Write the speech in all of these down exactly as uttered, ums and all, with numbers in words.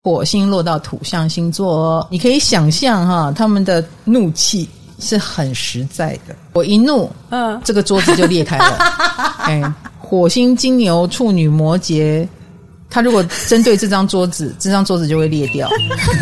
火星落到土象星座哦，你可以想象哈，他们的怒气是很实在的。我一怒，嗯，这个桌子就裂开了。哎，火星金牛、处女、摩羯，他如果针对这张桌子，这张桌子就会裂掉。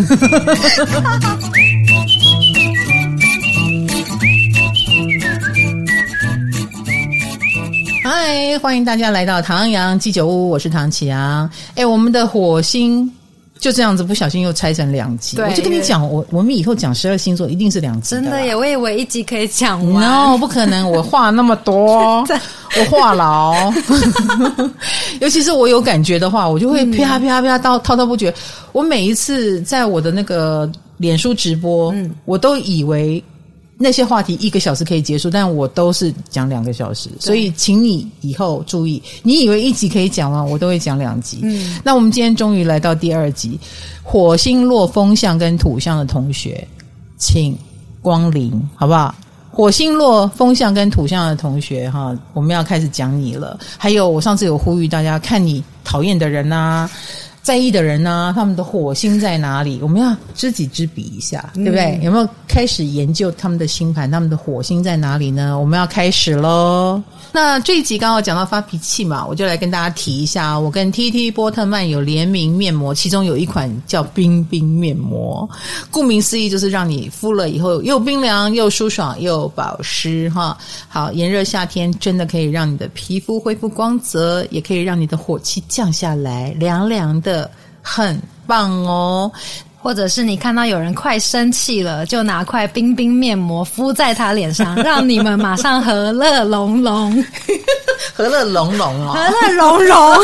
嗨，欢迎大家来到唐阳鸡酒屋，我是唐启阳。哎，我们的火星就这样子不小心又拆成两集，我就跟你讲，我我们以后讲十二星座一定是两集的。 真的耶，我以为一集可以讲完。 No， 不可能，我话那么多，我话痨。尤其是我有感觉的话，我就会啪啪啪滔滔滔不绝。我每一次在我的那个脸书直播，嗯，我都以为那些话题一个小时可以结束，但我都是讲两个小时，所以请你以后注意，你以为一集可以讲完，我都会讲两集。嗯，那我们今天终于来到第二集，火星落风象跟土象的同学，请光临，好不好？火星落风象跟土象的同学哈，我们要开始讲你了。还有，我上次有呼吁大家，看你讨厌的人啊，在意的人啊，他们的火星在哪里？我们要知己知彼一下，对不对？嗯，有没有开始研究他们的星盘，他们的火星在哪里呢？我们要开始咯。那这一集刚好讲到发脾气嘛，我就来跟大家提一下，我跟 T T 波特曼有联名面膜，其中有一款叫冰冰面膜，顾名思义就是让你敷了以后又冰凉又舒爽又保湿哈。好，炎热夏天真的可以让你的皮肤恢复光泽，也可以让你的火气降下来，凉凉的，很棒哦。 或者是你看到有人快生气了，就拿块冰冰面膜敷在他脸上，让你们马上和乐融融。 和乐融融哦， 和乐融融。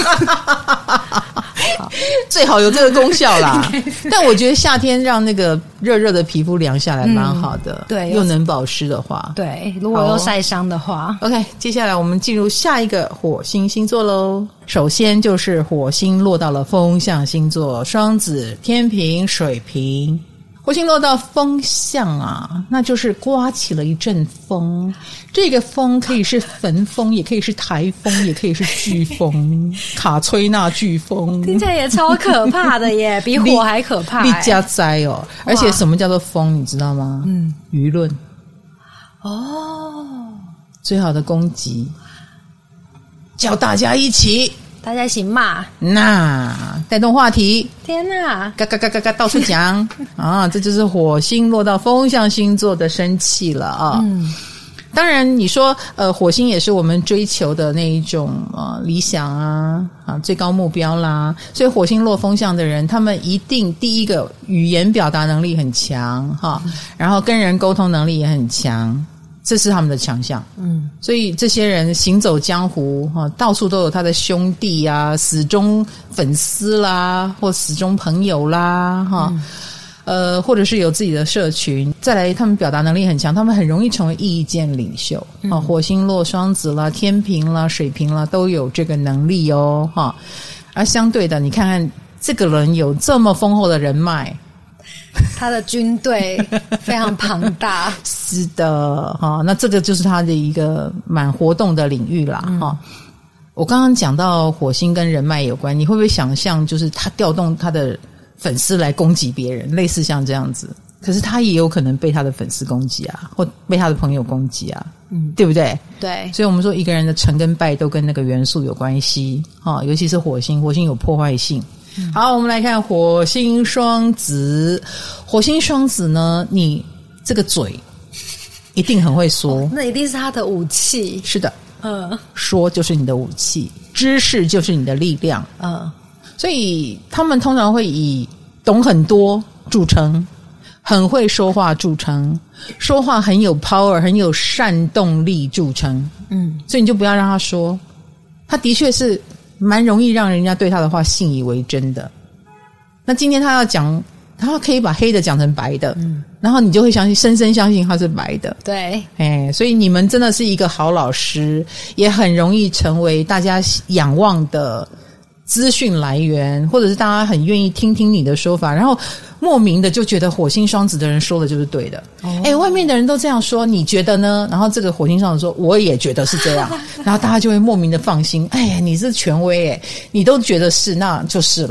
最好有这个功效啦。但我觉得夏天让那个热热的皮肤凉下来蛮好的，嗯，对，又能保湿的话， 对，如果又晒伤的话。 OK， 接下来我们进入下一个火星星座咯。首先就是火星落到了风象星座，双子、天秤、水瓶。火星落到风象啊，那就是刮起了一阵风，这个风可以是焚风，也可以是台风，也可以是飓风，卡崔娜飓风， 听起来也超可怕的耶，比火还可怕。 你家灾哦！而且什么叫做风，你知道吗？嗯，舆论。哦，最好的攻击，叫大家一起。 大家一起骂， 那带动话题， 天哪， 嘎嘎嘎嘎嘎到处讲啊！这就是火星落到风象星座的生气了啊！嗯，当然你说呃，火星也是我们追求的那一种呃理想啊啊最高目标啦，所以火星落风象的人，他们一定第一个语言表达能力很强哈，嗯，然后跟人沟通能力也很强。这是他们的强项，嗯，所以这些人行走江湖哈，到处都有他的兄弟啊、死忠粉丝啦，或死忠朋友啦，哈，嗯，呃，或者是有自己的社群。再来，他们表达能力很强，他们很容易成为意见领袖啊，嗯。火星落双子啦、天秤啦、水瓶啦，都有这个能力哦，哈。而相对的，你看看这个人有这么丰厚的人脉。 他的军队非常庞大。 是的哈，那这个就是他的一个蛮活动的领域啦哈，嗯。我刚刚讲到火星跟人脉有关，你会不会想象就是他调动他的粉丝来攻击别人，类似像这样子？可是他也有可能被他的粉丝攻击啊，或被他的朋友攻击啊，嗯，对不对？ 对， 所以我们说一个人的成跟败都跟那个元素有关系哈，尤其是火星，火星有破坏性。好，我们来看火星双子。火星双子呢，你这个嘴一定很会说， 哦，那一定是他的武器。 是的，嗯，说就是你的武器，知识就是你的力量，嗯，所以他们通常会以懂很多著称，很会说话著称，说话很有 power， 很有煽动力著称，嗯，所以你就不要让他说，他的确是蛮容易让人家对他的话信以为真的。那今天他要讲，他可以把黑的讲成白的，嗯，然后你就会相信，深深相信他是白的。 对， 哎，所以你们真的是一个好老师，也很容易成为大家仰望的资讯来源，或者是大家很愿意听听你的说法，然后莫名的就觉得火星双子的人说的就是对的。哎、哦，外面的人都这样说，你觉得呢？然后这个火星双子说，我也觉得是这样，然后大家就会莫名的放心。哎呀，你是权威，哎，你都觉得是，那就是了。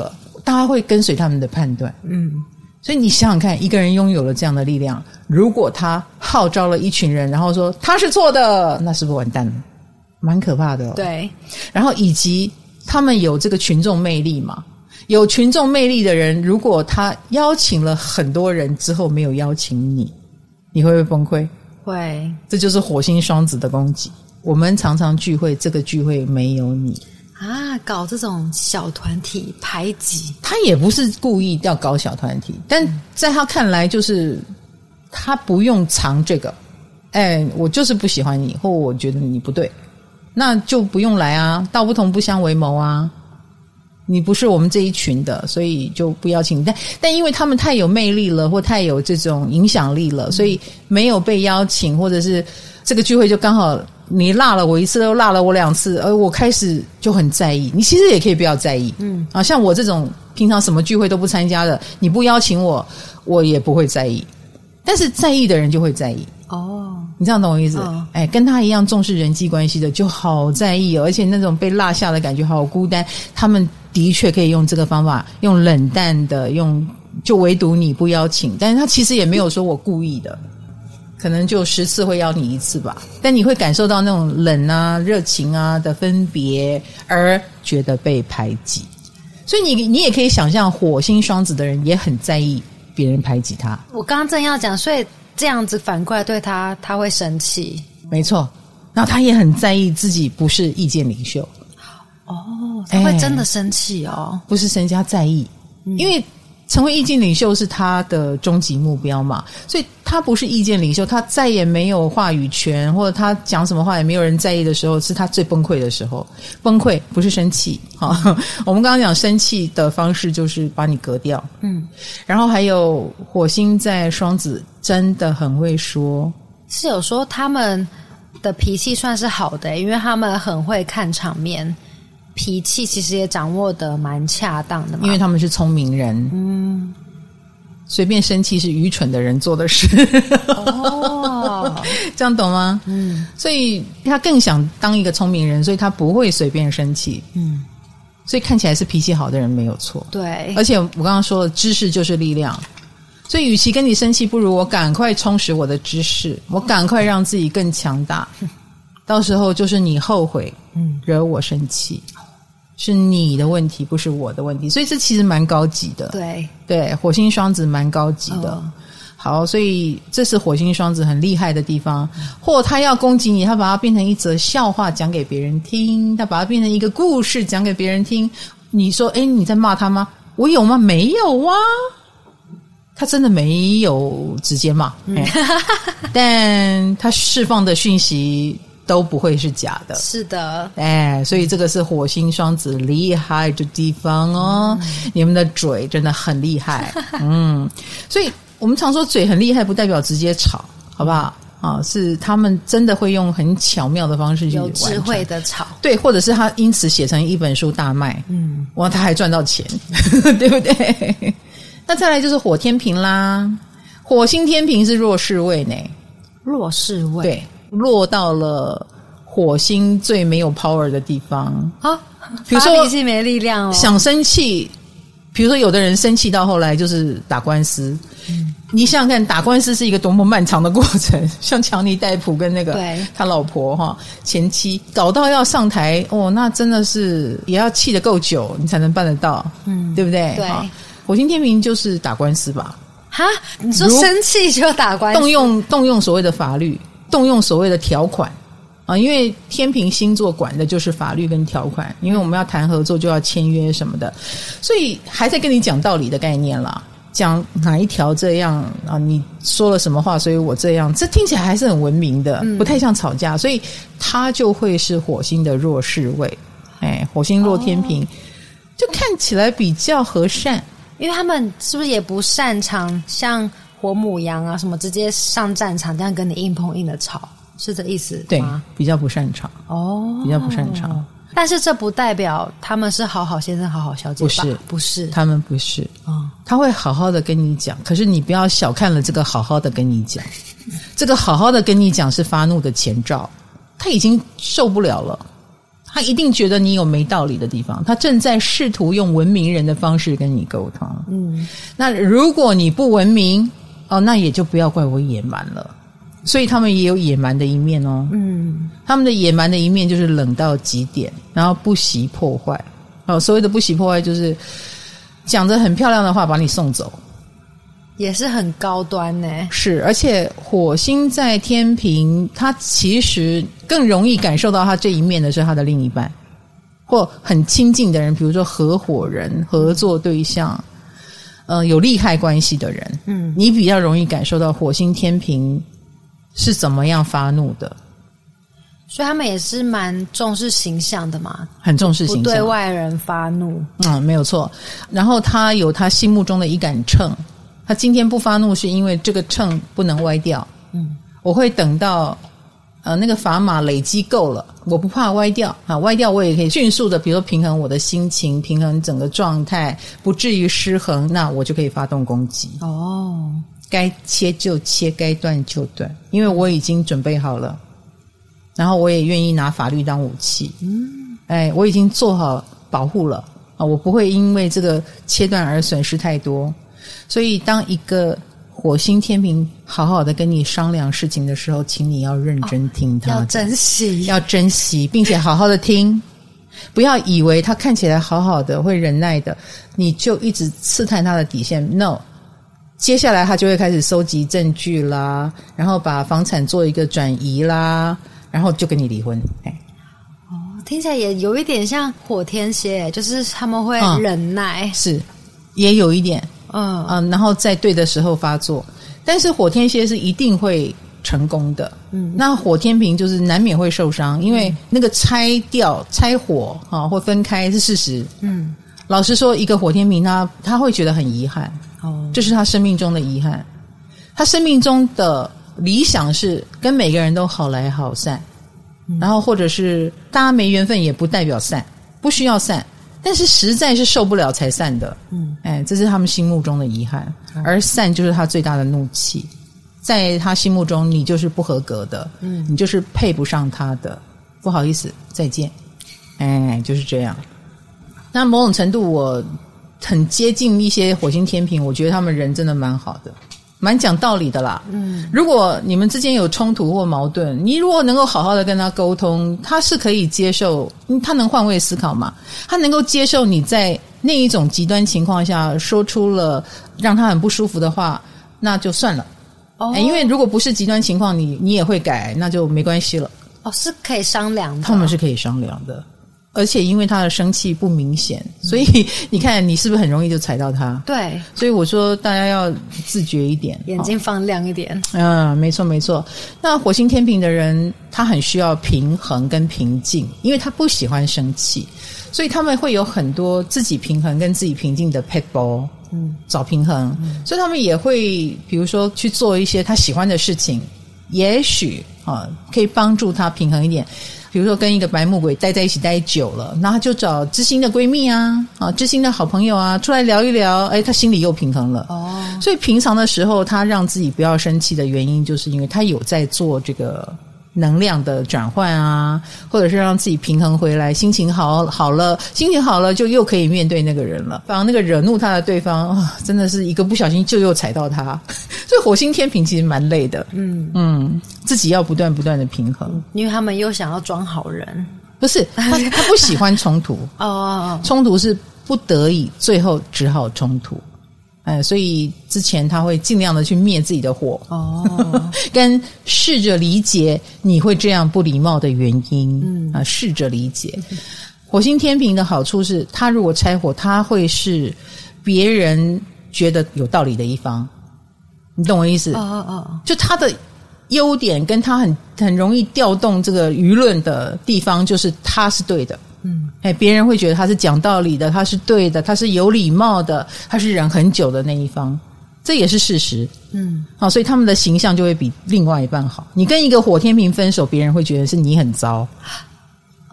大家会跟随他们的判断。嗯，所以你想想看，一个人拥有了这样的力量，如果他号召了一群人，然后说他是错的，那是不是完蛋了？蛮可怕的哦。 对， 然后以及他们有这个群众魅力嘛，有群众魅力的人，如果他邀请了很多人之后没有邀请你，你会不会崩溃？ 会。这就是火星双子的攻击。我们常常聚会，这个聚会没有你啊，搞这种小团体排挤， 他也不是故意要搞小团体，但在他看来就是他不用藏这个，哎，我就是不喜欢你，或我觉得你不对，那就不用来啊，道不同不相为谋啊，你不是我们这一群的，所以就不邀请你。但但因为他们太有魅力了，或太有这种影响力了，所以没有被邀请，或者是这个聚会就刚好你落了我一次，又落了我两次，而我开始就很在意。你其实也可以不要在意，嗯啊，像我这种平常什么聚会都不参加的，你不邀请我，我也不会在意。但是在意的人就会在意哦，你这样懂我意思？哦、哎，跟他一样重视人际关系的就好在意，而且那种被落下的感觉好孤单。他们的确可以用这个方法，用冷淡的，用就唯独你不邀请，但是他其实也没有说我故意的。可能就十次会邀你一次吧，但你会感受到那种冷啊、热情啊的分别，而觉得被排挤。所以你你也可以想象，火星双子的人也很在意别人排挤他。 我刚刚正要讲，所以这样子反过来对他，他会生气。 没错，然后他也很在意自己不是意见领袖。 哦，他会真的生气哦？ 哎、不是生气，他在意，嗯、因为成为意见领袖是他的终极目标嘛，所以他不是意见领袖，他再也没有话语权，或者他讲什么话也没有人在意的时候，是他最崩溃的时候。崩溃不是生气，好，我们刚刚讲生气的方式就是把你革掉，嗯，然后还有火星在双子真的很会说， 是有说他们的脾气算是好的，因为他们很会看场面。脾气其实也掌握得蛮恰当的嘛， 因为他们是聪明人，嗯，随便生气是愚蠢的人做的事。哦，这样懂吗？嗯，所以他更想当一个聪明人，所以他不会随便生气。嗯，所以看起来是脾气好的人没有错。 对， 而且我刚刚说了，知识就是力量，所以与其跟你生气，不如我赶快充实我的知识，我赶快让自己更强大。到时候就是你后悔，嗯，惹我生气。是你的问题，不是我的问题，所以这其实蛮高级的。 对对，火星双子蛮高级的。哦、好，所以这是火星双子很厉害的地方。或他要攻击你，他把它变成一则笑话讲给别人听，他把它变成一个故事讲给别人听。你说，诶，你在骂他吗？我有吗？没有啊。他真的没有直接骂，嗯、但他释放的讯息都不会是假的。 是的， 哎，所以这个是火星双子厉害的地方哦。嗯、你们的嘴真的很厉害，嗯，所以我们常说嘴很厉害，不代表直接吵，好不好？啊，是他们真的会用很巧妙的方式去有智慧的吵， 对，或者是他因此写成一本书大卖，嗯，哇，他还赚到钱，对不对？那再来就是火天秤啦，火星天秤是弱势位呢， 弱势位， 对。落到了火星最没有 power 的地方啊，比如说发脾气没力量哦， 想生气，比如说有的人生气到后来就是打官司，嗯、你想想看，打官司是一个多么漫长的过程，像强尼戴普跟那个他老婆哈前妻搞到要上台哦，那真的是也要气得够久，你才能办得到，嗯，对不对？ 对， 火星天秤就是打官司吧？ 哈，你说生气就打官司， 动用动用所谓的法律。动用所谓的条款啊，因为天秤星座管的就是法律跟条款，因为我们要谈合作就要签约什么的，所以还在跟你讲道理的概念啦，讲哪一条这样啊，你说了什么话，所以我这样，这听起来还是很文明的，不太像吵架，所以它就会是火星的弱势位，哎，火星落天秤，哦、就看起来比较和善， 因为他们是不是也不擅长像火母羊啊，什么直接上战场这样跟你硬碰硬的吵，是这意思吗？ 对，比较不擅长哦，比较不擅长。 但是这不代表他们是好好先生、好好小姐吧？ 不是， 不是， 他们不是。哦，他会好好的跟你讲，可是你不要小看了这个好好的跟你讲，这个好好的跟你讲是发怒的前兆，他已经受不了了， 他一定觉得你有没道理的地方，他正在试图用文明人的方式跟你沟通。嗯，那如果你不文明，哦，那也就不要怪我野蛮了。所以他们也有野蛮的一面哦。嗯，他们的野蛮的一面就是冷到极点，然后不惜破坏。哦，所谓的不惜破坏就是讲着很漂亮的话把你送走。 也是很高端耶。 是，而且火星在天秤，他其实更容易感受到他这一面的是他的另一半，或很亲近的人，比如说合伙人、合作对象，呃，有利害关系的人。嗯，你比较容易感受到火星天秤是怎么样发怒的。 所以他们也是蛮重视形象的嘛， 很重视形象， 不对外人发怒。 嗯，没有错。然后他有他心目中的一杆秤。他今天不发怒是因为这个秤不能歪掉。嗯，我会等到呃那个砝码累积够了，我不怕歪掉啊，歪掉我也可以迅速的，比如说平衡我的心情，平衡整个状态，不至于失衡，那我就可以发动攻击。哦，该切就切，该断就断，因为我已经准备好了，然后我也愿意拿法律当武器。嗯，哎，我已经做好保护了啊，我不会因为这个切断而损失太多。所以当一个火星天秤好好的跟你商量事情的时候，请你要认真听他的、 哦、要珍惜要珍惜并且好好的听，不要以为他看起来好好的会忍耐的你就一直刺探他的底线。 No， 接下来他就会开始收集证据啦，然后把房产做一个转移啦，然后就跟你离婚。哎， 哦，听起来也有一点像火天蝎，就是他们会忍耐。 嗯、是也有一点嗯嗯，然后在对的时候发作，但是火天蝎是一定会成功的。嗯，那火天秤就是难免会受伤，因为那个拆掉、拆伙啊或分开是事实。嗯，老实说，一个火天秤他他会觉得很遗憾。哦，这是他生命中的遗憾。他生命中的理想是跟每个人都好来好散，嗯、然后或者是大家没缘分也不代表散，不需要散。但是实在是受不了才散的。嗯，哎，这是他们心目中的遗憾。而散就是他最大的怒气，在他心目中你就是不合格的。嗯，你就是配不上他的，不好意思，再见。哎，就是这样。那某种程度我很接近一些火星天秤，我觉得他们人真的蛮好的，蛮讲道理的啦。嗯，如果你们之间有冲突或矛盾，你如果能够好好的跟他沟通，他是可以接受，他能换位思考嘛，他能够接受你在那一种极端情况下说出了让他很不舒服的话，那就算了。哦，因为如果不是极端情况，你你也会改，那就没关系了。 哦，是可以商量的。 他们是可以商量的。而且因为他的生气不明显，所以你看你是不是很容易就踩到他？ 对， 所以我说大家要自觉一点， 眼睛放亮一点。 嗯，没错没错。那火星天秤的人他很需要平衡跟平静，因为他不喜欢生气，所以他们会有很多自己平衡跟自己平静的 pitball， 嗯，找平衡。嗯，所以他们也会比如说去做一些他喜欢的事情，也许啊可以帮助他平衡一点。比如说跟一个白目鬼待在一起待久了，那他就找知心的闺蜜啊，啊，知心的好朋友啊，出来聊一聊，哎，他心里又平衡了。哦，所以平常的时候，他让自己不要生气的原因，就是因为他有在做这个能量的转换啊，或者是让自己平衡回来，心情好好了，心情好了就又可以面对那个人了。反而那个惹怒他的对方啊，真的是一个不小心就又踩到他，所以火星天秤其实蛮累的。嗯嗯，自己要不断不断的平衡， 因为他们又想要装好人。 不是他他不喜欢冲突。哦，冲突是不得已，最后只好冲突。哎，所以之前他会尽量的去灭自己的火。哦，跟试着理解你会这样不礼貌的原因。嗯啊，试着理解。火星天秤的好处是，他如果拆火，他会是别人觉得有道理的一方。你懂我意思？哦哦哦，就他的优点跟他很很容易调动这个舆论的地方，就是他是对的。嗯，哎，别人会觉得他是讲道理的，他是对的，他是有礼貌的，他是忍很久的那一方，这也是事实。嗯，好，所以他们的形象就会比另外一半好。你跟一个火天秤分手，别人会觉得是你很糟。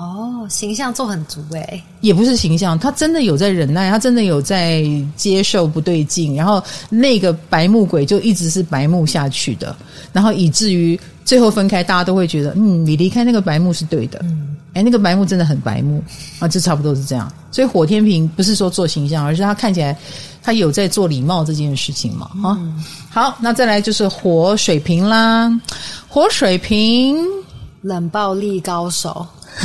哦，形象做很足诶， 也不是形象，他真的有在忍耐，他真的有在接受不对劲，然后那个白目鬼就一直是白目下去的，然后以至于最后分开，大家都会觉得，嗯，你离开那个白目是对的，嗯，哎，那个白目真的很白目啊，就差不多是这样。所以火天秤不是说做形象，而是他看起来他有在做礼貌这件事情嘛，啊、嗯，好，那再来就是火水瓶啦，火水瓶冷暴力高手。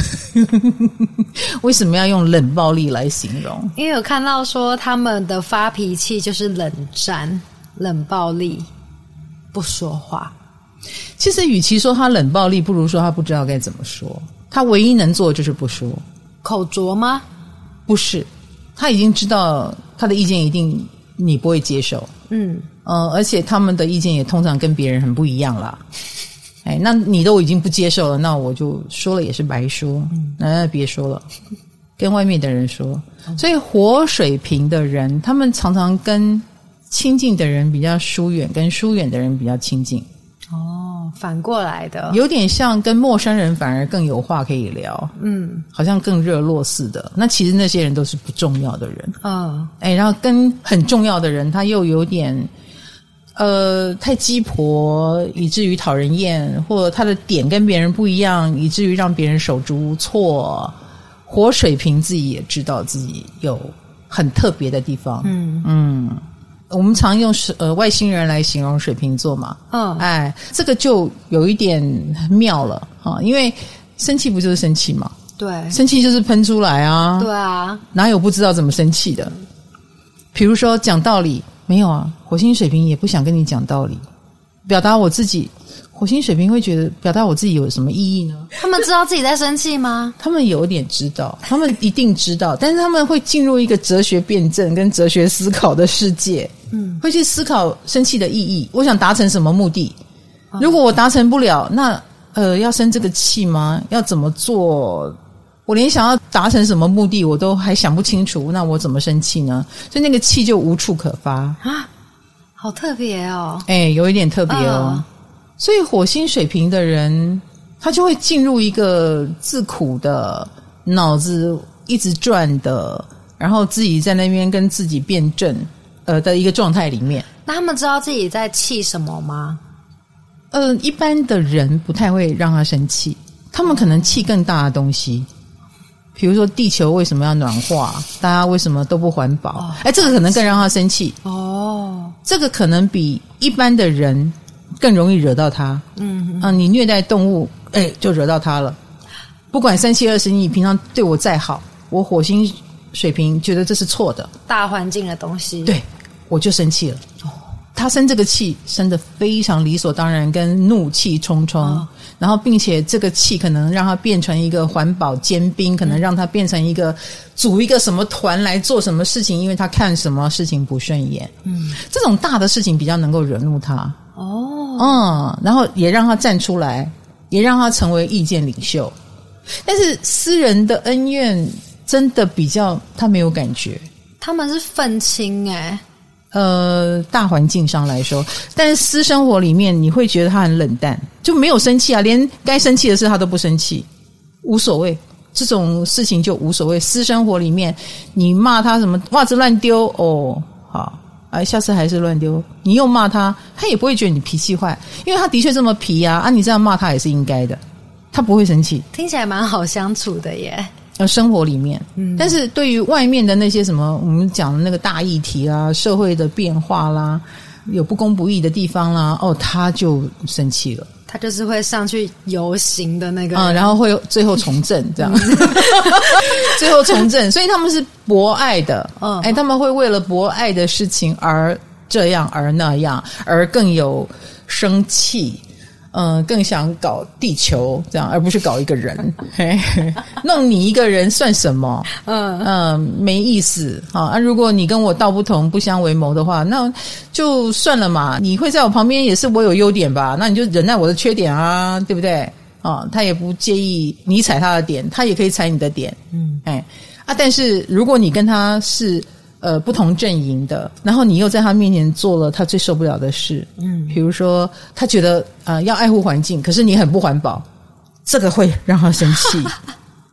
为什么要用冷暴力来形容？ 因为有看到说他们的发脾气就是冷战、冷暴力，不说话。 其实与其说他冷暴力，不如说他不知道该怎么说。他唯一能做的就是不说。 口拙吗？ 不是，他已经知道他的意见一定你不会接受。嗯，呃，而且他们的意见也通常跟别人很不一样啦。哎，那你都已经不接受了，那我就说了也是白说，那、嗯、别说了，跟外面的人说。所以火水瓶的人，他们常常跟亲近的人比较疏远，跟疏远的人比较亲近。 哦，反过来的， 有点像跟陌生人反而更有话可以聊，嗯，好像更热络似的。那其实那些人都是不重要的人，嗯，哎，然后跟很重要的人，他又有点。呃，太鸡婆以至于讨人厌，或者他的点跟别人不一样，以至于让别人手足无措。火水瓶自己也知道自己有很特别的地方，嗯嗯，我们常用呃外星人来形容水瓶座嘛，嗯，哎，这个就有一点妙了啊，因为生气不就是生气嘛， 对， 生气就是喷出来啊， 对啊， 哪有不知道怎么生气的？比如说讲道理。没有啊，火星水瓶也不想跟你讲道理，表达我自己。火星水瓶会觉得表达我自己有什么意义呢？ 他们知道自己在生气吗？ 他们有点知道，他们一定知道，但是他们会进入一个哲学辩证跟哲学思考的世界，嗯，会去思考生气的意义。我想达成什么目的？如果我达成不了，那呃，要生这个气吗？要怎么做？我连想要达成什么目的我都还想不清楚，那我怎么生气呢？所以那个气就无处可发啊，好特别哦！ 哎，有一点特别哦。呃、所以火星水瓶的人，他就会进入一个自苦的、脑子一直转的，然后自己在那边跟自己辩证呃的一个状态里面。 那他们知道自己在气什么吗？ 呃，一般的人不太会让他生气，他们可能气更大的东西。比如说地球为什么要暖化，大家为什么都不环保，哦，哎，这个可能更让他生气哦，这个可能比一般的人更容易惹到他。嗯啊，你虐待动物，哎，就惹到他了。不管三七二十一，你平常对我再好，我火星水瓶觉得这是错的， 大环境的东西， 对，我就生气了。哦，他生这个气生得非常理所当然，跟怒气冲冲。哦，然后并且这个气可能让它变成一个环保尖兵，可能让它变成一个组一个什么团来做什么事情，因为他看什么事情不顺眼。嗯，这种大的事情比较能够惹怒他。哦，嗯，然后也让他站出来，也让他成为意见领袖。但是私人的恩怨真的比较他没有感觉。 他们是愤青诶。 呃，大环境上来说，但是私生活里面你会觉得他很冷淡，就没有生气啊，连该生气的事他都不生气，无所谓，这种事情就无所谓。私生活里面你骂他什么袜子乱丢，哦，好，哎，下次还是乱丢，你又骂他，他也不会觉得你脾气坏，因为他的确这么皮啊，啊，你这样骂他也是应该的，他不会生气。 听起来蛮好相处的耶。 呃，生活里面，嗯，但是对于外面的那些什么，我们讲的那个大议题啦、社会的变化啦、有不公不义的地方啦，哦，他就生气了。 他就是会上去游行的那个， 嗯，然后会最后从政这样，最后从政，所以他们是博爱的，嗯，哎，他们会为了博爱的事情而这样而那样，而更有生气。嗯，更想搞地球这样，而不是搞一个人。嘿嘿，弄你一个人算什么？嗯嗯，没意思啊！如果你跟我道不同、不相为谋的话，那就算了嘛。你会在我旁边，也是我有优点吧？那你就忍耐我的缺点啊，对不对？啊，他也不介意你踩他的点，他也可以踩你的点。嗯，哎啊，但是如果你跟他是呃不同阵营的，然后你又在他面前做了他最受不了的事，嗯，比如说他觉得呃要爱护环境，可是你很不环保，这个会让他生气。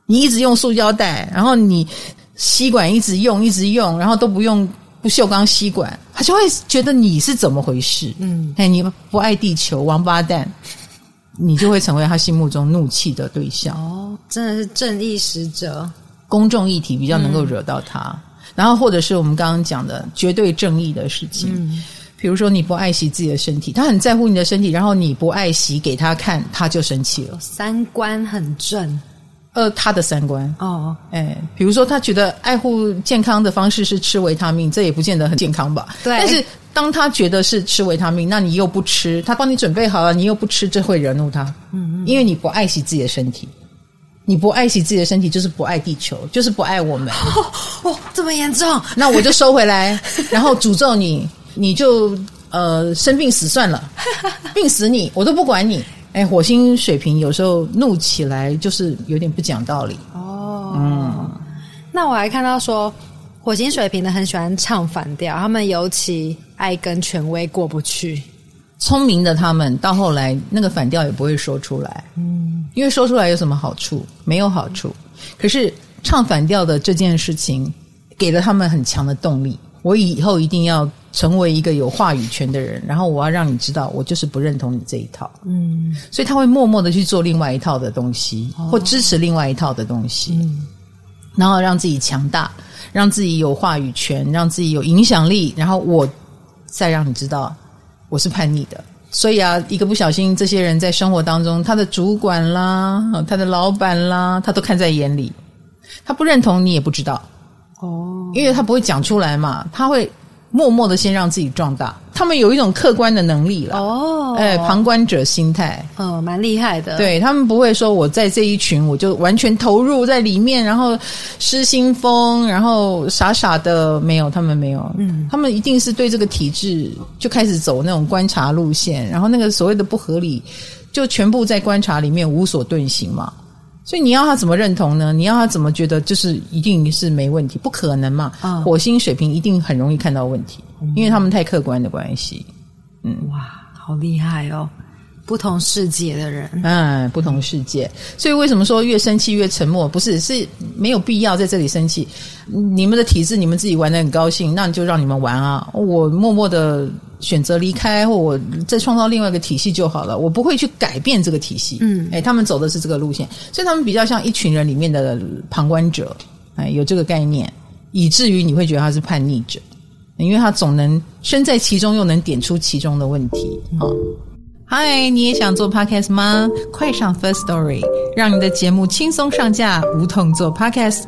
你一直用塑胶袋，然后你吸管一直用一直用，然后都不用不锈钢吸管，他就会觉得你是怎么回事？嗯，哎，你不爱地球，王八蛋，你就会成为他心目中怒气的对象。 哦，真的是正义使者， 公众议题比较能够惹到他。嗯、然后或者是我们刚刚讲的绝对正义的事情，嗯，比如说你不爱惜自己的身体，他很在乎你的身体，然后你不爱惜给他看，他就生气了。 三观很正。 呃，他的三观哦， 哎，比如说他觉得爱护健康的方式是吃维他命，这也不见得很健康吧？ 对。 但是当他觉得是吃维他命，那你又不吃，他帮你准备好了，你又不吃，这会惹怒他。嗯嗯。因为你不爱惜自己的身体，你不爱惜自己的身体，就是不爱地球，就是不爱我们。 哦，哦这么严重？ 那我就收回来，然后诅咒你，你就呃生病死算了，病死你，我都不管你。哎，火星水瓶有时候怒起来就是有点不讲道理哦。嗯，那我还看到说，火星水瓶的很喜欢唱反调，他们尤其爱跟权威过不去。 聪明的他们到后来那个反调也不会说出来，嗯，因为说出来有什么好处？没有好处。可是唱反调的这件事情给了他们很强的动力。我以后一定要成为一个有话语权的人，然后我要让你知道我就是不认同你这一套。嗯，所以他会默默的去做另外一套的东西，哦，或支持另外一套的东西，嗯，然后让自己强大，让自己有话语权，让自己有影响力，然后我再让你知道我是叛逆的。所以啊，一个不小心，这些人在生活当中，他的主管啦，他的老板啦，他都看在眼里，他不认同你也不知道。哦，因为他不会讲出来嘛，他会默默的先让自己壮大。他们有一种客观的能力啦，哦，哎，旁观者心态， 嗯，蛮厉害的。 对，他们不会说我在这一群我就完全投入在里面，然后失心疯，然后傻傻的，没有，他们没有，嗯，他们一定是对这个体制就开始走那种观察路线，然后那个所谓的不合理，就全部在观察里面无所遁形嘛。所以你要他怎么认同呢？你要他怎么觉得就是一定是没问题？不可能嘛！啊，火星水瓶一定很容易看到问题，嗯，因为他们太客观的关系。 嗯，哇，好厉害哦！不同世界的人， 嗯，不同世界。所以为什么说越生气越沉默？不是，是没有必要在这里生气。你们的体制，你们自己玩得很高兴，那你就让你们玩啊！我默默的选择离开，或我再创造另外一个体系就好了。我不会去改变这个体系。嗯，哎，他们走的是这个路线，所以他们比较像一群人里面的旁观者，哎，有这个概念，以至于你会觉得他是叛逆者，因为他总能身在其中，又能点出其中的问题啊。哦，嗨，你也想做 podcast 吗？快上 First Story， 让你的节目轻松上架，无痛做 podcast。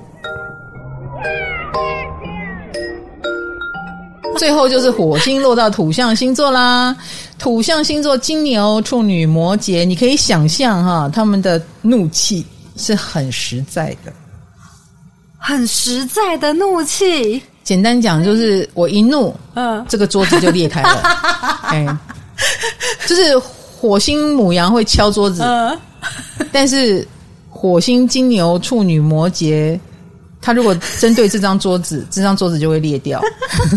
最后就是火星落到土象星座啦，土象星座金牛、处女、摩羯，你可以想象哈，他们的怒气是很实在的， 很实在的怒气。 简单讲就是我一怒，嗯，这个桌子就裂开了，哎，就是火星牡羊会敲桌子，嗯，但是火星金牛、处女、摩羯，他如果针对这张桌子，这张桌子就会裂掉。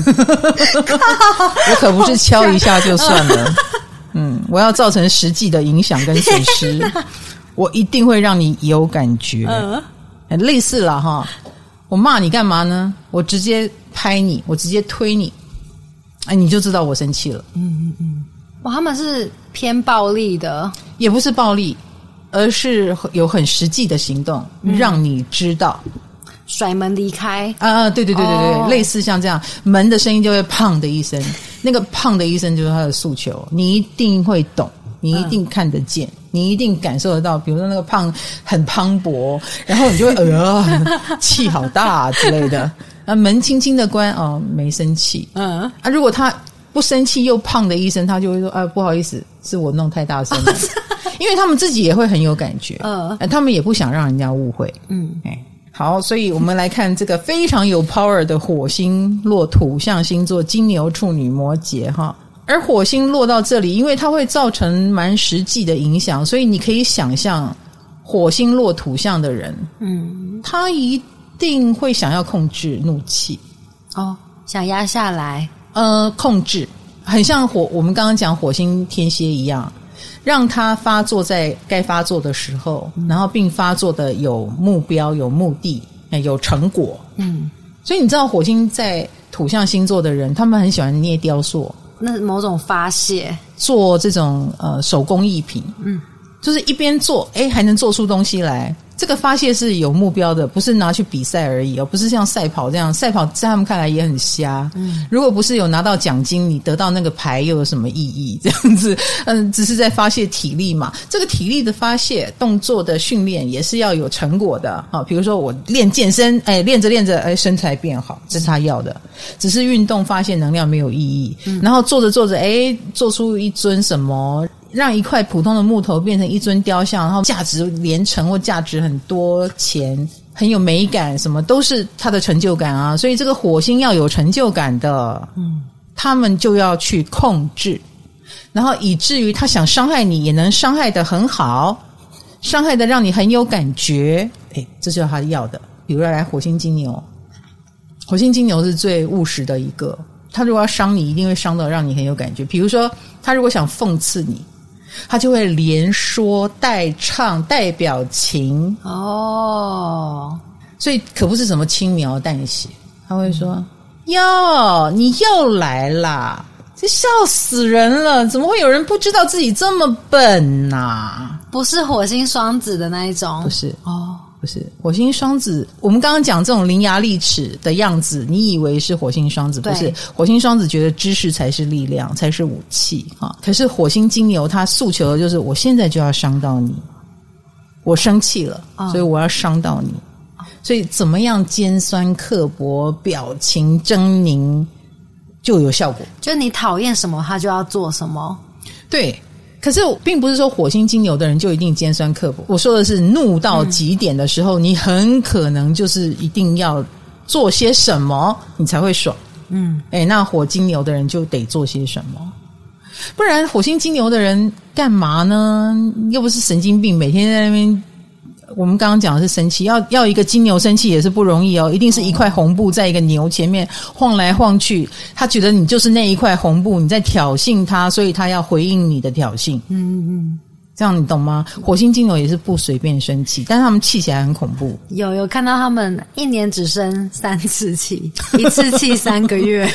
我可不是敲一下就算了，嗯，我要造成实际的影响跟损失，我一定会让你有感觉。嗯，类似啦哈，我骂你干嘛呢？我直接拍你，我直接推你，哎，你就知道我生气了。 嗯嗯嗯，哇，他们是偏暴力的， 也不是暴力，而是有很实际的行动，嗯，让你知道。 甩门离开啊！对对对对对，哦，类似像这样，门的声音就会砰的一声，那个砰的一声就是他的诉求，你一定会懂，你一定看得见，嗯，你一定感受得到。比如说那个砰很磅礴，然后你就会呃气好大之类的。啊，门轻轻的关，哦，没生气。嗯啊，如果他不生气又砰的一声，他就会说啊，不好意思，是我弄太大声了。因为他们自己也会很有感觉，嗯，呃，他们也不想让人家误会，嗯，哎。好，所以我们来看这个非常有 power 的火星落土象星座金牛、处女、摩羯哈。而火星落到这里，因为它会造成蛮实际的影响，所以你可以想象火星落土象的人，嗯，他一定会想要控制怒气， 哦，想压下来， 呃，控制，很像火，我们刚刚讲火星天蝎一样， 让它发作在该发作的时候，然后并发作的有目标、有目的、有成果。嗯，所以你知道火星在土象星座的人，他们很喜欢捏雕塑， 那某种发泄， 做这种呃手工艺品。嗯，就是一边做，哎，还能做出东西来。这个发泄是有目标的，不是拿去比赛而已哦，不是像赛跑这样，赛跑在他们看来也很瞎。嗯，如果不是有拿到奖金，你得到那个牌又有什么意义？这样子，嗯，只是在发泄体力嘛。这个体力的发泄、动作的训练也是要有成果的啊。比如说我练健身，哎，练着练着，哎，身材变好，这是他要的。只是运动发泄能量没有意义，嗯、然后做着做着，哎，做出一尊什么。让一块普通的木头变成一尊雕像，然后价值连城或价值很多钱，很有美感，什么都是他的成就感啊。所以这个火星要有成就感的，嗯，他们就要去控制，然后以至于他想伤害你也能伤害得很好，伤害的让你很有感觉，诶，这就是他要的。比如说来火星金牛，火星金牛是最务实的一个，他如果要伤你一定会伤得让你很有感觉。比如说他如果想讽刺你，他就会连说带唱带表情哦， 所以可不是什么轻描淡写，他会说哟你又来啦，这笑死人了，怎么会有人不知道自己这么笨啊？ 不是火星双子的那一种， 不是哦，不是火星双子。我们刚刚讲这种伶牙俐齿的样子，你以为是火星双子，不是。火星双子觉得知识才是力量，才是武器啊。可是火星金牛他诉求的就是我现在就要伤到你，我生气了，哦、所以我要伤到你。所以怎么样尖酸刻薄、表情狰狞就有效果。 就你讨厌什么，他就要做什么。 对。可是并不是说火星金牛的人就一定尖酸刻薄，我说的是怒到极点的时候、嗯、你很可能就是一定要做些什么你才会爽。嗯，诶，那火金牛的人就得做些什么，不然火星金牛的人干嘛呢？又不是神经病，每天在那边。我们刚刚讲的是生气，要要一个金牛生气也是不容易哦，一定是一块红布在一个牛前面晃来晃去，他觉得你就是那一块红布，你在挑衅他，所以他要回应你的挑衅。嗯嗯，这样你懂吗？火星金牛也是不随便生气，但是他们气起来很恐怖。 有有看到他们一年只生三次气，一次气三个月。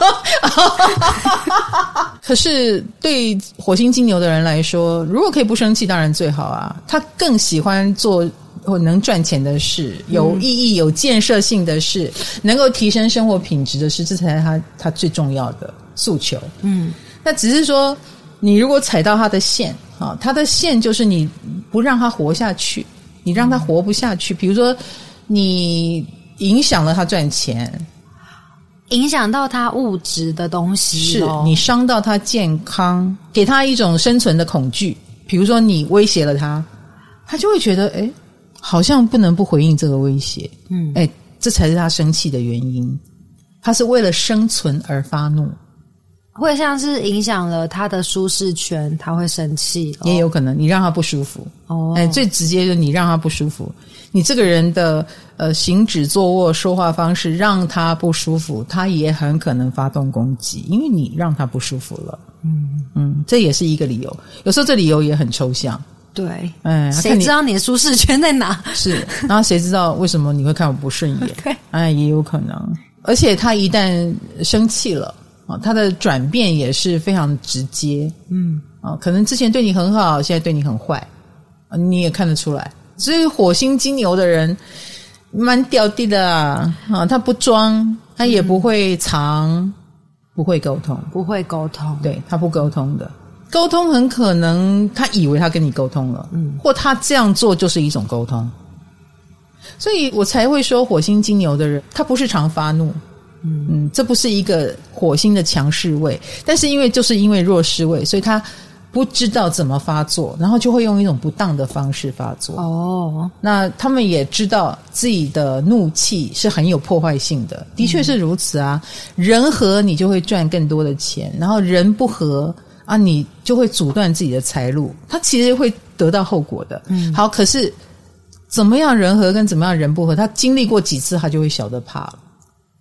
可是对火星金牛的人来说，如果可以不生气当然最好啊，他更喜欢做能赚钱的事，有意义有建设性的事，能够提升生活品质的事，这才是他他最重要的诉求。嗯，那只是说你如果踩到他的线啊，他的线就是你不让他活下去，你让他活不下去，比如说你影响了他赚钱， 影响到他物质的东西， 是你伤到他健康，给他一种生存的恐惧。比如说你威胁了他，他就会觉得诶好像不能不回应这个威胁。嗯，诶这才是他生气的原因，他是为了生存而发怒。 会像是影响了他的舒适圈，他会生气。 也有可能你让他不舒服。哦，哎，最直接的你让他不舒服，你这个人的呃行止坐卧说话方式让他不舒服，他也很可能发动攻击，因为你让他不舒服了。嗯嗯，这也是一个理由。有时候这理由也很抽象。 对，哎，谁知道你的舒适圈在哪？ 是，然后谁知道为什么你会看我不顺眼？对，哎，也有可能。而且他一旦生气了。哦，他的转变也是非常直接，嗯，哦，可能之前对你很好，现在对你很坏，你也看得出来。所以火星金牛的人蛮屌地的啊，啊，他不装，他也不会藏，嗯、不会沟通， 不会沟通， 对，他不沟通的。沟通很可能他以为他跟你沟通了，嗯，或他这样做就是一种沟通，所以我才会说火星金牛的人，他不是常发怒。嗯，这不是一个火星的强势位，但是因为就是因为弱势位，所以他不知道怎么发作，然后就会用一种不当的方式发作。哦，那他们也知道自己的怒气是很有破坏性的，的确是如此啊。嗯、人和你就会赚更多的钱，然后人不和啊，你就会阻断自己的财路，他其实会得到后果的。嗯，好，可是怎么样人和跟怎么样人不和，他经历过几次，他就会晓得怕了。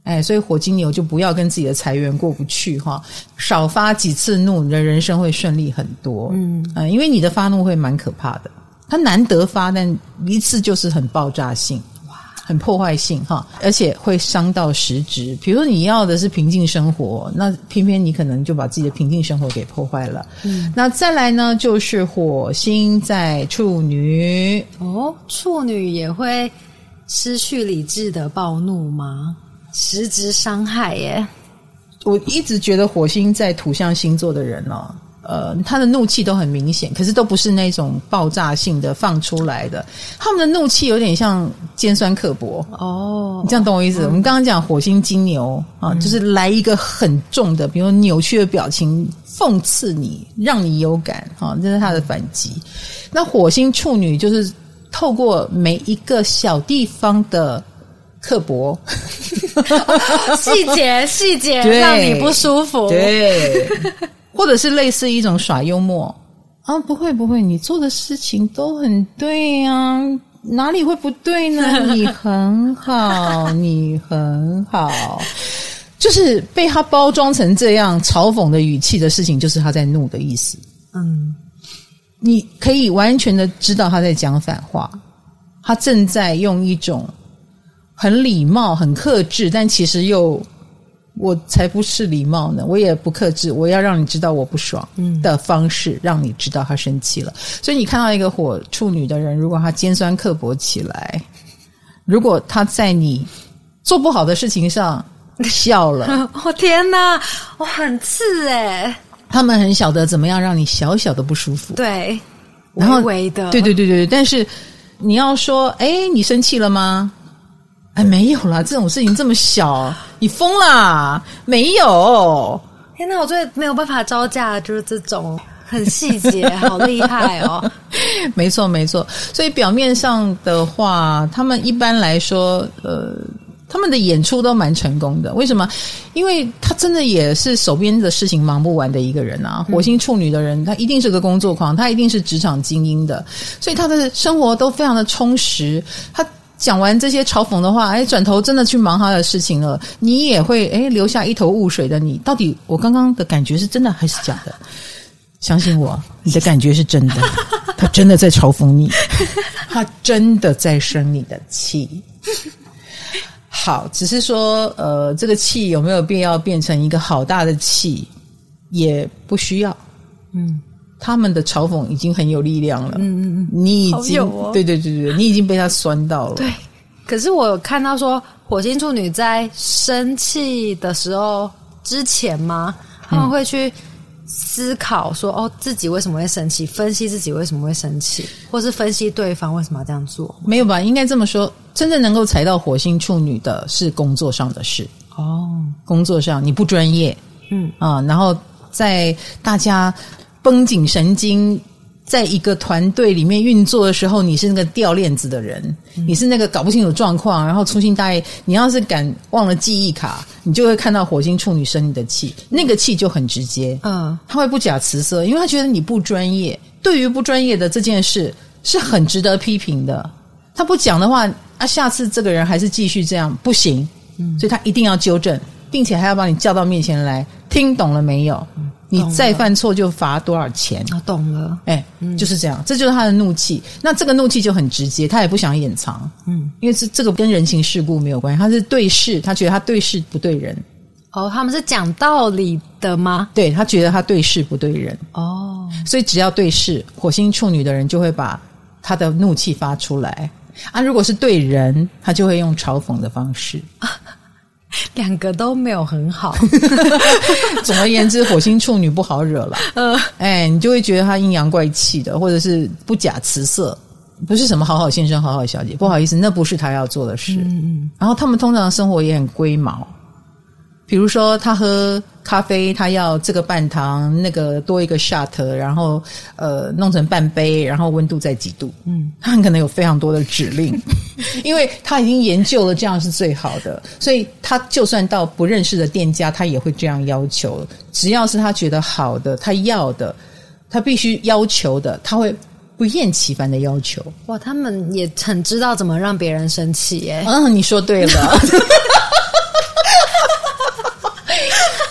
哎，所以火金牛就不要跟自己的财源过不去哈，少发几次怒，你的人生会顺利很多。嗯、呃、因为你的发怒会蛮可怕的，它难得发，但一次就是很爆炸性。很破坏性哈，而且会伤到实质。比如说你要的是平静生活，那偏偏你可能就把自己的平静生活给破坏了。嗯，那再来呢，就是火星在处女。 哦，处女也会失去理智的暴怒吗？实质伤害耶。 我一直觉得火星在土象星座的人哦，呃，他的怒气都很明显，可是都不是那种爆炸性的放出来的，他们的怒气有点像尖酸刻薄。哦，你这样懂我意思？嗯、我们刚刚讲火星金牛啊，嗯、就是来一个很重的，比如扭曲的表情，讽刺你，让你有感啊，这是他的反击。那火星处女就是透过每一个小地方的刻薄细节细节让你不舒服， 对。或者是类似一种耍幽默啊，不会不会，你做的事情都很对啊，哪里会不对呢？你很好，你很好，就是被他包装成这样嘲讽的语气的事情，就是他在怒的意思。嗯，你可以完全的知道他在讲反话，他正在用一种很礼貌、很克制，但其实又。我才不是礼貌呢，我也不克制，我要让你知道我不爽的方式，让你知道他生气了。所以你看到一个火处女的人，如果他尖酸刻薄起来，如果他在你做不好的事情上笑了， 我、哦、天哪，我、哦、很刺耶。 他们很晓得怎么样让你小小的不舒服， 对， 然后微微的， 对对对对，但是你要说，诶，你生气了吗？哎，没有啦，这种事情这么小，你疯啦？没有。 天哪，我最没有办法招架，就是这种很细节，好厉害哦。 没错，没错。所以表面上的话，他们一般来说，呃，他们的演出都蛮成功的。为什么？因为他真的也是手边的事情忙不完的一个人啊。火星处女的人，他一定是个工作狂，他一定是职场精英的，所以他的生活都非常的充实。他讲完这些嘲讽的话，哎，转头真的去忙他的事情了，你也会哎留下一头雾水的你。到底我刚刚的感觉是真的还是假的？相信我，你的感觉是真的，他真的在嘲讽你，他真的在生你的气。好，只是说呃，这个气有没有必要变成一个好大的气，也不需要。嗯。他们的嘲讽已经很有力量了，嗯嗯嗯，你已经、哦、对对对对，你已经被他酸到了。 对，可是我有看到说，火星处女在生气的时候之前吗？他们会去思考说，哦，自己为什么会生气，分析自己为什么会生气，或是分析对方为什么要这样做。 没有吧？应该这么说，真正能够踩到火星处女的是工作上的事。哦，工作上你不专业，嗯啊，然后在大家绷紧神经，在一个团队里面运作的时候，你是那个掉链子的人，嗯、你是那个搞不清楚状况，然后粗心大意。你要是敢忘了记忆卡，你就会看到火星处女生你的气，那个气就很直接。嗯，他会不假辞色，因为他觉得你不专业。对于不专业的这件事是很值得批评的。他不讲的话，啊，下次这个人还是继续这样，不行。嗯，所以他一定要纠正，并且还要把你叫到面前来，听懂了没有？嗯，你再犯错就罚多少钱？ 啊，懂了， 哎、欸嗯，就是这样，这就是他的怒气。那这个怒气就很直接，他也不想掩藏，嗯，因为这这个跟人情世故没有关系，他是对事，他觉得他对事不对人。 哦，他们是讲道理的吗？ 对，他觉得他对事不对人。哦，所以只要对事，火星处女的人就会把他的怒气发出来啊。如果是对人，他就会用嘲讽的方式。 两个都没有很好。 总而言之，火星处女不好惹了。呃，哎，你就会觉得他阴阳怪气的，或者是不假辞色，不是什么好好先生、好好小姐。不好意思，那不是他要做的事。嗯嗯。然后他们通常生活也很龟毛，比如说他喝咖啡，他要这个半糖，那个多一个 shot， 然后呃弄成半杯，然后温度在几度。嗯，他很可能有非常多的指令。因为他已经研究了这样是最好的，所以他就算到不认识的店家，他也会这样要求。只要是他觉得好的，他要的，他必须要求的，他会不厌其烦的要求。 哇，他们也很知道怎么让别人生气耶。 嗯，你说对了。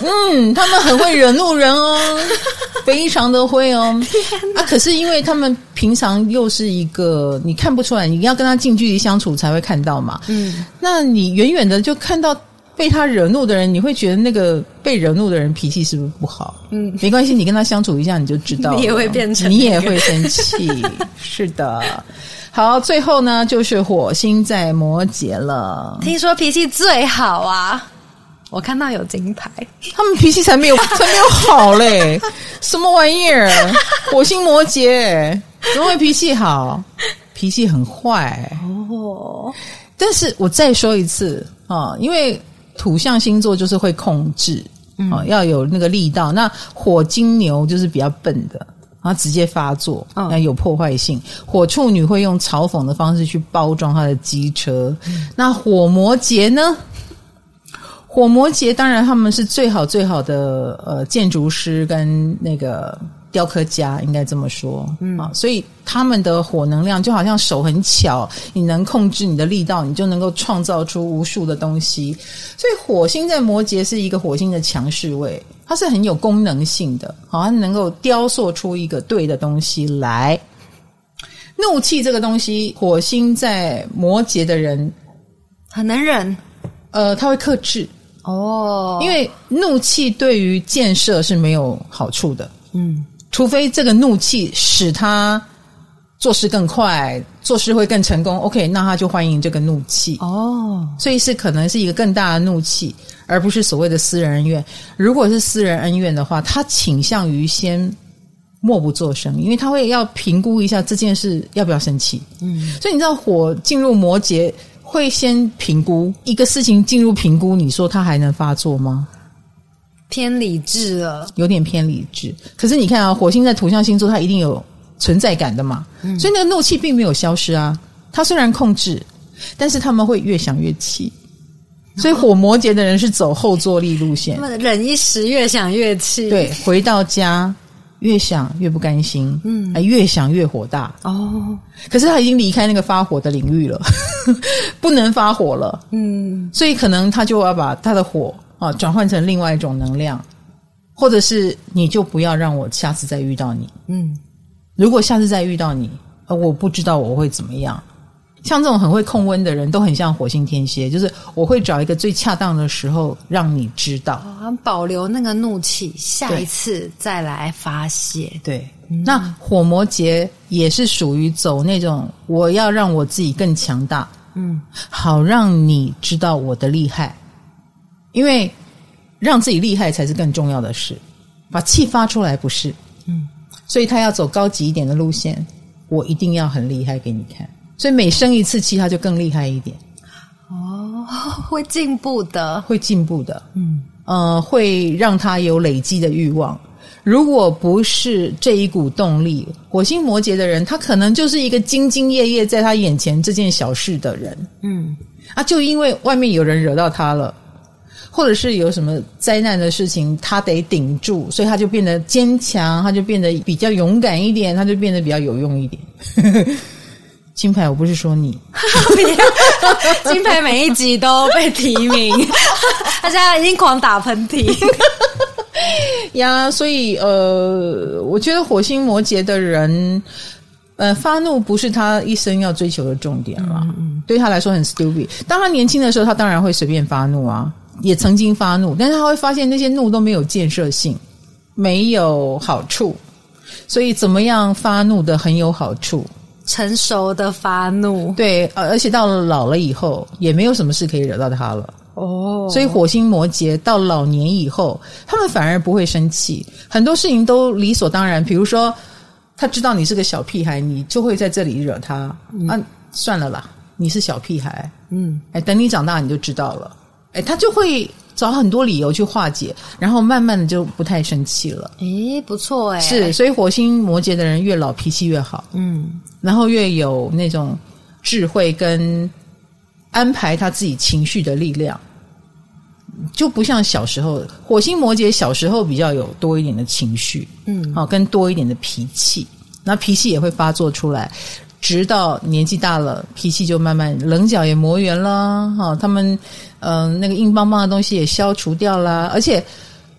嗯，他们很会惹怒人哦，非常的会哦。啊，可是因为他们平常又是一个你看不出来，你要跟他近距离相处才会看到嘛。嗯，那你远远的就看到被他惹怒的人，你会觉得那个被惹怒的人脾气是不是不好？嗯，没关系，你跟他相处一下你就知道了， 你也会变成、那个， 你也会生气。是的。好，最后呢就是火星在摩羯了。 听说脾气最好啊，我看到有金牌， 他们脾气才没有才没有好嘞，什么玩意儿？火星摩羯怎么会脾气好？脾气很坏哦。但是我再说一次啊，因为土象星座就是会控制，嗯、啊，要有那个力道。那火金牛就是比较笨的。然后直接发作，那有破坏性。火处女会用嘲讽的方式去包装他的机车。嗯、那火摩羯呢？火摩羯当然他们是最好最好的呃建筑师跟那个雕刻家，应该这么说。嗯啊，所以他们的火能量就好像手很巧，你能控制你的力道，你就能够创造出无数的东西。所以火星在摩羯是一个火星的强势位。它是很有功能性的，好，它能够雕塑出一个对的东西来。怒气这个东西，火星在摩羯的人很能忍， 呃，他会克制哦，因为怒气对于建设是没有好处的，嗯，除非这个怒气使他做事更快，做事会更成功 ，OK， 那他就欢迎这个怒气哦，所以是可能是一个更大的怒气。而不是所谓的私人恩怨。如果是私人恩怨的话，他倾向于先默不作声，因为他会要评估一下这件事要不要生气。嗯，所以你知道火进入摩羯会先评估一个事情，进入评估，你说他还能发作吗？ 偏理智了， 有点偏理智。可是你看啊，火星在土象星座，它一定有存在感的嘛，嗯、所以那个怒气并没有消失啊。他虽然控制，但是他们会越想越气。所以火摩羯的人是走后坐力路线， 忍一时越想越气。 对，回到家越想越不甘心，嗯，还越想越火大。哦，可是他已经离开那个发火的领域了，不能发火了。嗯，所以可能他就要把他的火啊转换成另外一种能量，或者是你就不要让我下次再遇到你。嗯，如果下次再遇到你，呃，我不知道我会怎么样。像这种很会控温的人都很像火星天蝎，就是我会找一个最恰当的时候让你知道， 哦、保留那个怒气，下一次再来发泄。 对，嗯、那火摩羯也是属于走那种我要让我自己更强大，嗯，好让你知道我的厉害，因为让自己厉害才是更重要的事，把气发出来不是，嗯，所以他要走高级一点的路线，我一定要很厉害给你看。所以每生一次气，他就更厉害一点。 哦，会进步的， 会进步的，嗯，呃，会让他有累积的欲望。如果不是这一股动力，火星摩羯的人，他可能就是一个兢兢业业在他眼前这件小事的人，嗯，啊，就因为外面有人惹到他了，或者是有什么灾难的事情，他得顶住，所以他就变得坚强，他就变得比较勇敢一点，他就变得比较有用一点。金牌，我不是说你， 金牌每一集都被提名，他现在已经狂打喷嚏呀。所以呃，我觉得火星摩羯的人，呃，发怒不是他一生要追求的重点啦。嗯嗯，对他来说很 stupid。当他年轻的时候，他当然会随便发怒啊，也曾经发怒，但是他会发现那些怒都没有建设性，没有好处。所以怎么样发怒的很有好处？ 成熟的发怒， 对，而且到了老了以后，也没有什么事可以惹到他了。哦，所以火星摩羯到老年以后，他们反而不会生气，很多事情都理所当然。比如说，他知道你是个小屁孩，你就会在这里惹他，嗯、啊，算了啦，你是小屁孩，嗯，哎，等你长大你就知道了，哎，他就会找很多理由去化解，然后慢慢的就不太生气了。 诶，不错诶。 是，所以火星摩羯的人越老脾气越好，嗯，然后越有那种智慧跟安排他自己情绪的力量，就不像小时候。火星摩羯小时候比较有多一点的情绪，嗯，好，跟多一点的脾气，那脾气也会发作出来。直到年纪大了，脾气就慢慢棱角也磨圆了，哈，他们嗯、呃、那个硬邦邦的东西也消除掉了，而且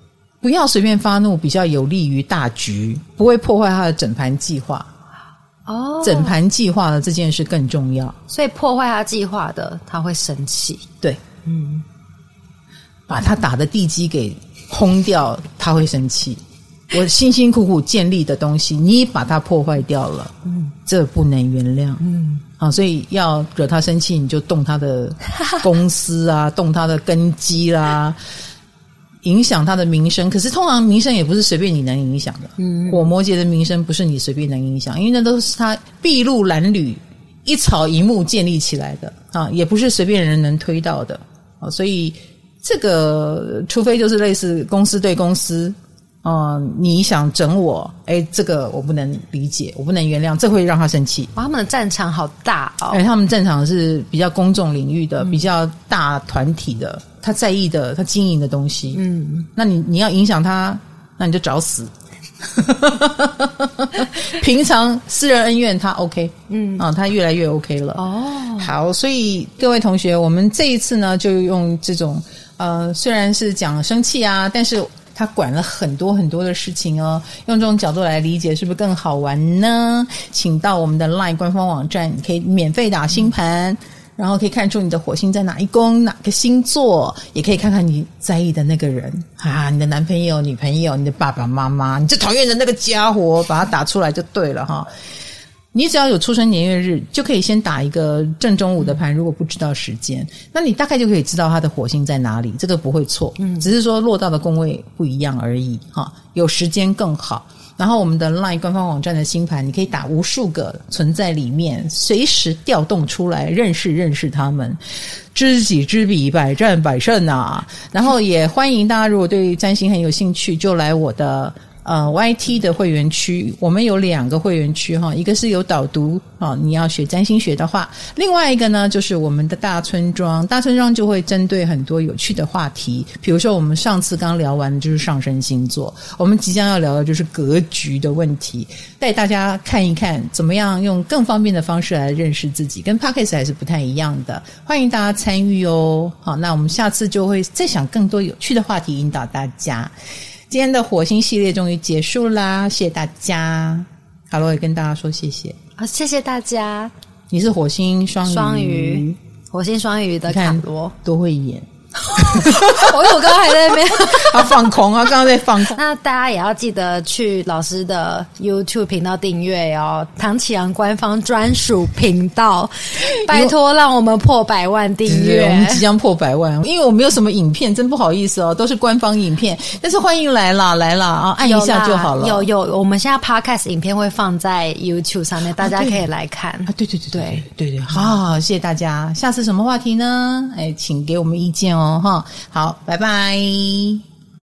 不要随便发怒，比较有利于大局，不会破坏他的整盘计划。 哦， 整盘计划的这件事更重要， 所以破坏他计划的他会生气。 对，嗯，把他打的地基给轰掉，他会生气。我辛辛苦苦建立的东西，你把它破坏掉了，嗯，这不能原谅，嗯，啊，所以要惹他生气，你就动他的公司啊，动他的根基啦。影响他的名声，可是通常名声也不是随便你能影响的。嗯，火摩羯的名声不是你随便能影响，因为那都是他筚路蓝缕、一草一木建立起来的啊，也不是随便人能推到的啊。所以这个，除非就是类似公司对公司，啊、呃，你想整我，哎，这个我不能理解，我不能原谅，这会让他生气。 哇，他们的战场好大哦！ 哎，他们战场是比较公众领域的，嗯、比较大团体的。他在意的，他经营的东西，嗯，那你你要影响他，那你就找死。平常私人恩怨他 OK， 嗯啊，他越来越 OK 了。哦，好，所以各位同学，我们这一次呢，就用这种呃，虽然是讲生气啊，但是他管了很多很多的事情哦，用这种角度来理解，是不是更好玩呢？请到我们的 LINE 官方网站，你可以免费打星盘。嗯，然后可以看出你的火星在哪一宫哪个星座，也可以看看你在意的那个人啊，你的男朋友女朋友你的爸爸妈妈，你最讨厌的那个家伙，把它打出来就对了哈。你只要有出生年月日，就可以先打一个正中午的盘，如果不知道时间，那你大概就可以知道他的火星在哪里，这个不会错，嗯，只是说落到的宫位不一样而已哈，有时间更好。然后我们的 LINE 官方网站的星盘，你可以打无数个存在里面，随时调动出来，认识认识他们，知己知彼，百战百胜啊！然后也欢迎大家，如果对占星很有兴趣，就来我的呃 Y T 的会员区，我们有两个会员区哈，一个是有导读啊，你要学占星学的话，另外一个呢就是我们的大村庄，大村庄就会针对很多有趣的话题，比如说我们上次刚聊完的就是上升星座，我们即将要聊的就是格局的问题，带大家看一看怎么样用更方便的方式来认识自己，跟 Podcast 还是不太一样的，欢迎大家参与哦。好，那我们下次就会再想更多有趣的话题引导大家。今天的火星系列终于结束啦，谢谢大家。卡罗也跟大家说谢谢。 好，谢谢大家。 你是火星双鱼， 双鱼，火星双鱼的卡罗， 多会演。 我我刚刚还在那边他放空啊，刚刚在放空。 那大家也要记得去老师的 YouTube 频道订阅哦，唐启阳官方专属频道，拜托让我们破百万订阅。 我们即将破百万，因为我没有什么影片，真不好意思哦，都是官方影片。但是欢迎来啦，来啦啊，按一下就好了。 有有，我们现在 Podcast 影片会放在 YouTube 上面，大家可以来看。 啊，对对对对对对，好好好，谢谢大家。下次什么话题呢？哎，请给我们意见哦，哈。好，拜拜。